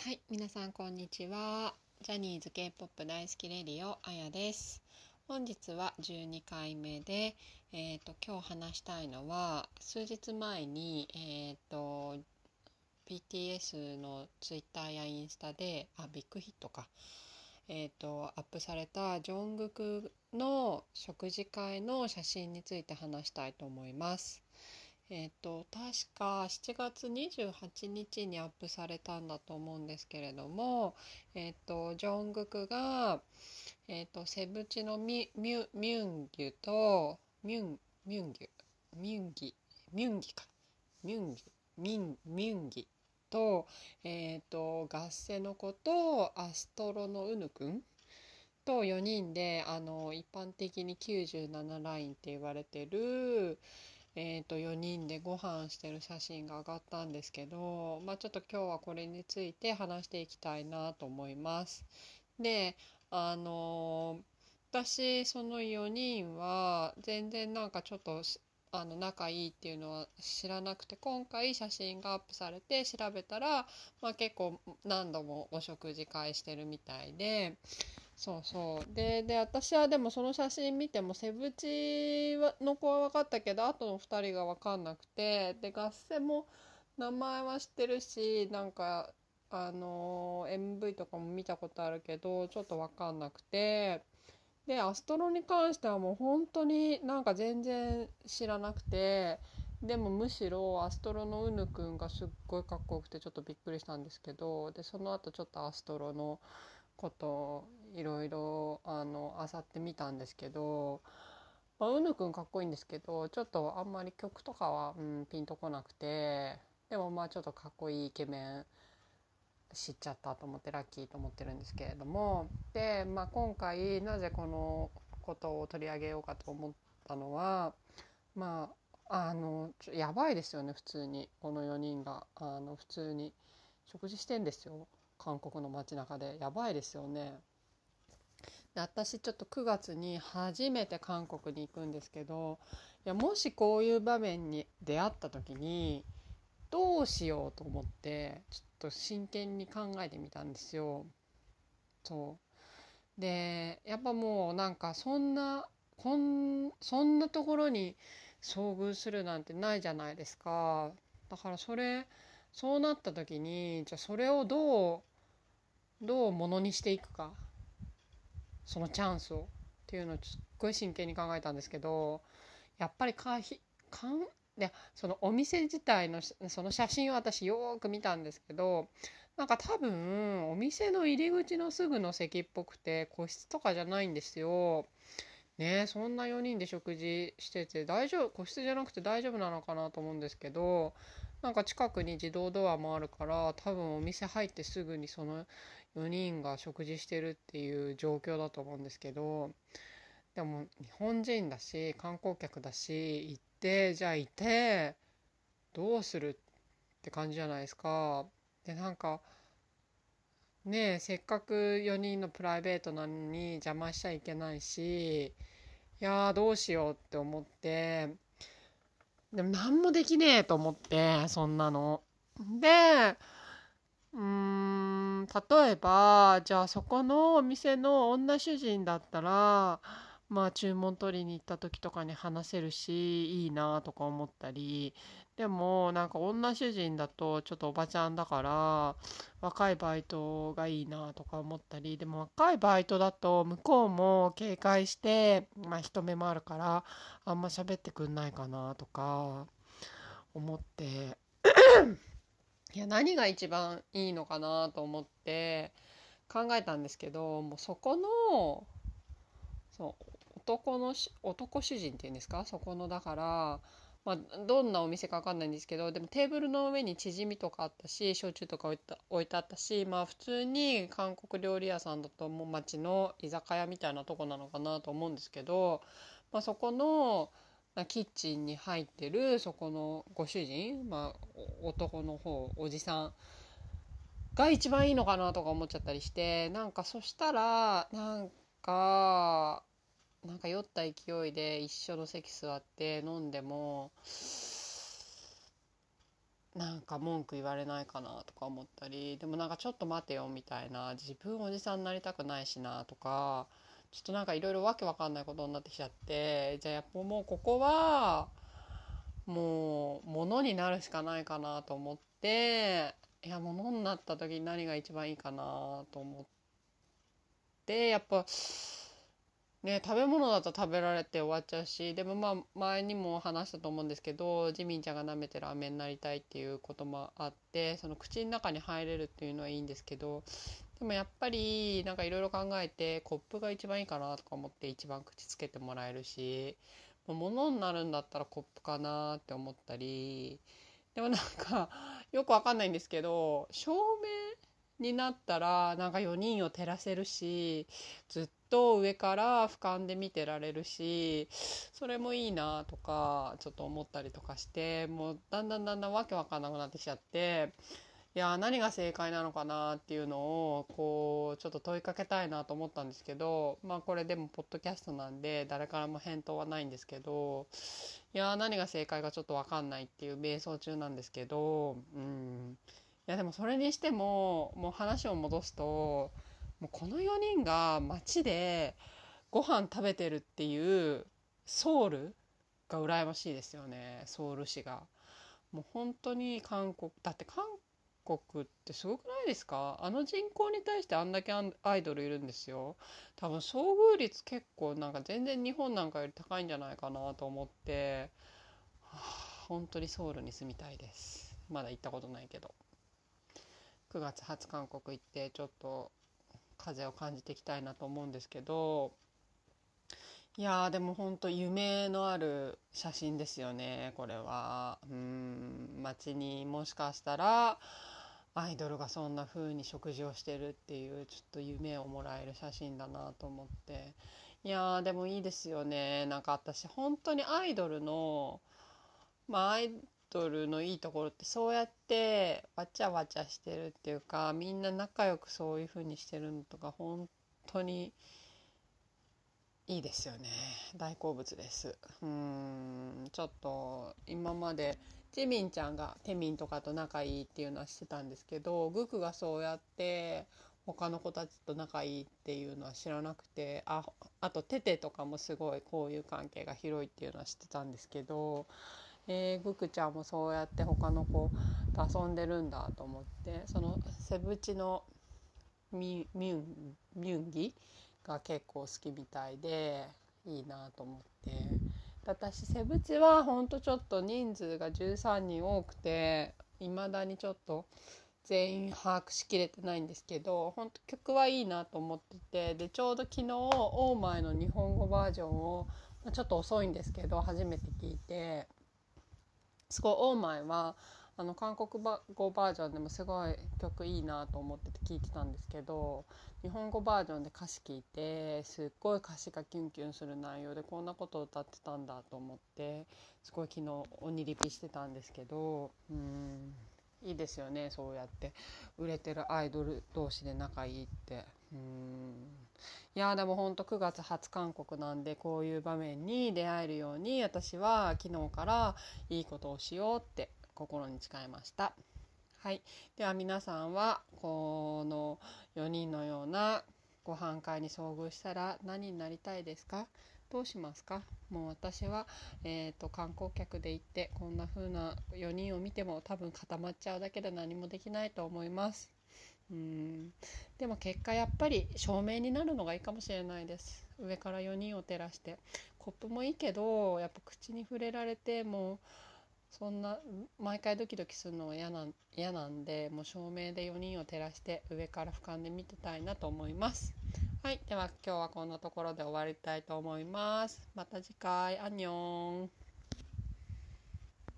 はい、皆さんこんにちは。ジャニーズ K-POP 大好きレディオあやです。本日は12回目で、今日話したいのは数日前にBTS の Twitter やインスタでビッグヒットかアップされたジョングクの食事会の写真について話したいと思います。確か7月28日にアップされたんだと思うんですけれども、ジョングクが、セブチのミュンギュとミュンギュミュンギミュンギかミュンギミュンギと、ガッセの子とアストロのウヌくんと4人で一般的に97ラインって言われてる4人でご飯してる写真が上がったんですけど、ちょっと今日はこれについて話していきたいなと思います。で、あの私その4人は全然なんかちょっと仲いいっていうのは知らなくて、今回写真がアップされて調べたら、結構何度もお食事会してるみたいで、そうそうで私はでもその写真見てもセブチの子は分かったけど、あとの2人が分かんなくて、で合戦も名前は知ってるし、なんかMV とかも見たことあるけどちょっと分かんなくて、でアストロに関してはもう本当になんか全然知らなくて、でもむしろアストロのウヌくんがすっごいかっこよくてちょっとびっくりしたんですけど、でその後ちょっとアストロのことをいろいろ漁ってみたんですけど、ウヌくんかっこいいんですけど、ちょっとあんまり曲とかは、ピンとこなくて、でもちょっとかっこいいイケメン知っちゃったと思ってラッキーと思ってるんですけれども、で、今回なぜこのことを取り上げようかと思ったのは、やばいですよね。普通にこの4人が普通に食事してんですよ、韓国の街中で。やばいですよね。で私ちょっと9月に初めて韓国に行くんですけど、いやもしこういう場面に出会った時にどうしようと思ってちょっと真剣に考えてみたんですよ。そうで、やっぱもうなんかそんなところに遭遇するなんてないじゃないですか。だからそうなった時に、じゃあそれをどうものにしていくか、そのチャンスをっていうのをすっごい真剣に考えたんですけど、やっぱりでそのお店自体のその写真を私よく見たんですけど、なんか多分お店の入り口のすぐの席っぽくて個室とかじゃないんですよ。ねえ、そんな4人で食事してて大丈夫、個室じゃなくて大丈夫なのかなと思うんですけど、なんか近くに自動ドアもあるから、多分お店入ってすぐにその4人が食事してるっていう状況だと思うんですけど、でも日本人だし観光客だし、行ってじゃあいてどうするって感じじゃないですか。でなんかねえ、せっかく4人のプライベートなのに邪魔しちゃいけないし、いやーどうしようって思って、でも何もできねえと思って、そんなので、例えばじゃあそこのお店の女主人だったら、注文取りに行った時とかに話せるしいいなとか思ったり、でもなんか女主人だとちょっとおばちゃんだから若いバイトがいいなとか思ったり、でも若いバイトだと向こうも警戒して、人目もあるからあんま喋ってくんないかなとか思って、いや何が一番いいのかなと思って考えたんですけど、もうそこの男主人っていうんですか、そこのだから、どんなお店か分かんないんですけど、でもテーブルの上にチヂミとかあったし焼酎とか置いてあったし、普通に韓国料理屋さんだともう街の居酒屋みたいなとこなのかなと思うんですけど、そこのキッチンに入ってるそこのご主人、男の方おじさんが一番いいのかなとか思っちゃったりして、なんかそしたらかなんか酔った勢いで一緒の席座って飲んでもなんか文句言われないかなとか思ったり、でもなんかちょっと待てよみたいな、自分おじさんになりたくないしなとか、ちょっとなんかいろいろわけわかんないことになってきちゃって、じゃあやっぱもうここはもう物になるしかないかなと思って、いや物になった時に何が一番いいかなと思って、やっぱね、食べ物だと食べられて終わっちゃうし、でもまあ前にも話したと思うんですけど、ジミンちゃんが舐めてる飴になりたいっていうこともあって、その口の中に入れるっていうのはいいんですけど、でもやっぱりなんかいろいろ考えてコップが一番いいかなとか思って一番口つけてもらえるし、もう物になるんだったらコップかなって思ったり、でもなんかよくわかんないんですけど、照明になったらなんか4人を照らせるし、ずっと上から俯瞰で見てられるし、それもいいなとかちょっと思ったりとかして、もうだんだんわけわかんなくなってきちゃって、いや何が正解なのかなっていうのをこうちょっと問いかけたいなと思ったんですけど、まあこれでもポッドキャストなんで誰からも返答はないんですけど、いや何が正解かちょっと分かんないっていう迷走中なんですけど、いやでもそれにしてももう話を戻すと、もうこの4人が街でご飯食べてるっていうソウルが羨ましいですよね。ソウル市がもう本当に韓国だって、韓国ってすごくないですか？あの人口に対してあんだけアイドルいるんですよ。多分遭遇率結構なんか全然日本なんかより高いんじゃないかなと思って、はあ、本当にソウルに住みたいです。まだ行ったことないけど、9月初韓国行ってちょっと風を感じていきたいなと思うんですけど、いやーでも本当夢のある写真ですよね、これは。街にもしかしたらアイドルがそんな風に食事をしてるっていうちょっと夢をもらえる写真だなと思って、いやーでもいいですよね。なんか私本当にアイドルの、アイドルのいいところってそうやってわちゃわちゃしてるっていうか、みんな仲良くそういう風にしてるのとか本当にいいですよね。大好物です。ちょっと今までジミンちゃんがテミンとかと仲いいっていうのは知ってたんですけど、グクがそうやって他の子たちと仲いいっていうのは知らなくて、あとテテとかもすごいこういう関係が広いっていうのは知ってたんですけど、グクちゃんもそうやって他の子と遊んでるんだと思って、そのセブチのミュンギが結構好きみたいでいいなと思って、私セブチはほんとちょっと人数が13人多くて未だにちょっと全員把握しきれてないんですけど、本当曲はいいなと思ってて、でちょうど昨日オーマイの日本語バージョンをちょっと遅いんですけど初めて聞いて、すごいオーマイは韓国語バージョンでもすごい曲いいなと思ってて聞いてたんですけど、日本語バージョンで歌詞聞いてすっごい歌詞がキュンキュンする内容でこんなことを歌ってたんだと思って、すごい昨日鬼リピしてたんですけど、いいですよね、そうやって売れてるアイドル同士で仲いいって。いやでもほんと9月初韓国なんで、こういう場面に出会えるように私は昨日からいいことをしようって心に誓いました。はい、では皆さんはこの4人のようなご飯会に遭遇したら何になりたいですか？どうしますか？もう私は、観光客で行ってこんな風な4人を見ても多分固まっちゃうだけで何もできないと思います。でも結果やっぱり照明になるのがいいかもしれないです。上から4人を照らして、コップもいいけどやっぱ口に触れられてもそんな毎回ドキドキするのは嫌なんで、もう照明で4人を照らして上から俯瞰で見てたいなと思います。はい、では今日はこんなところで終わりたいと思います。また次回、アンニョン。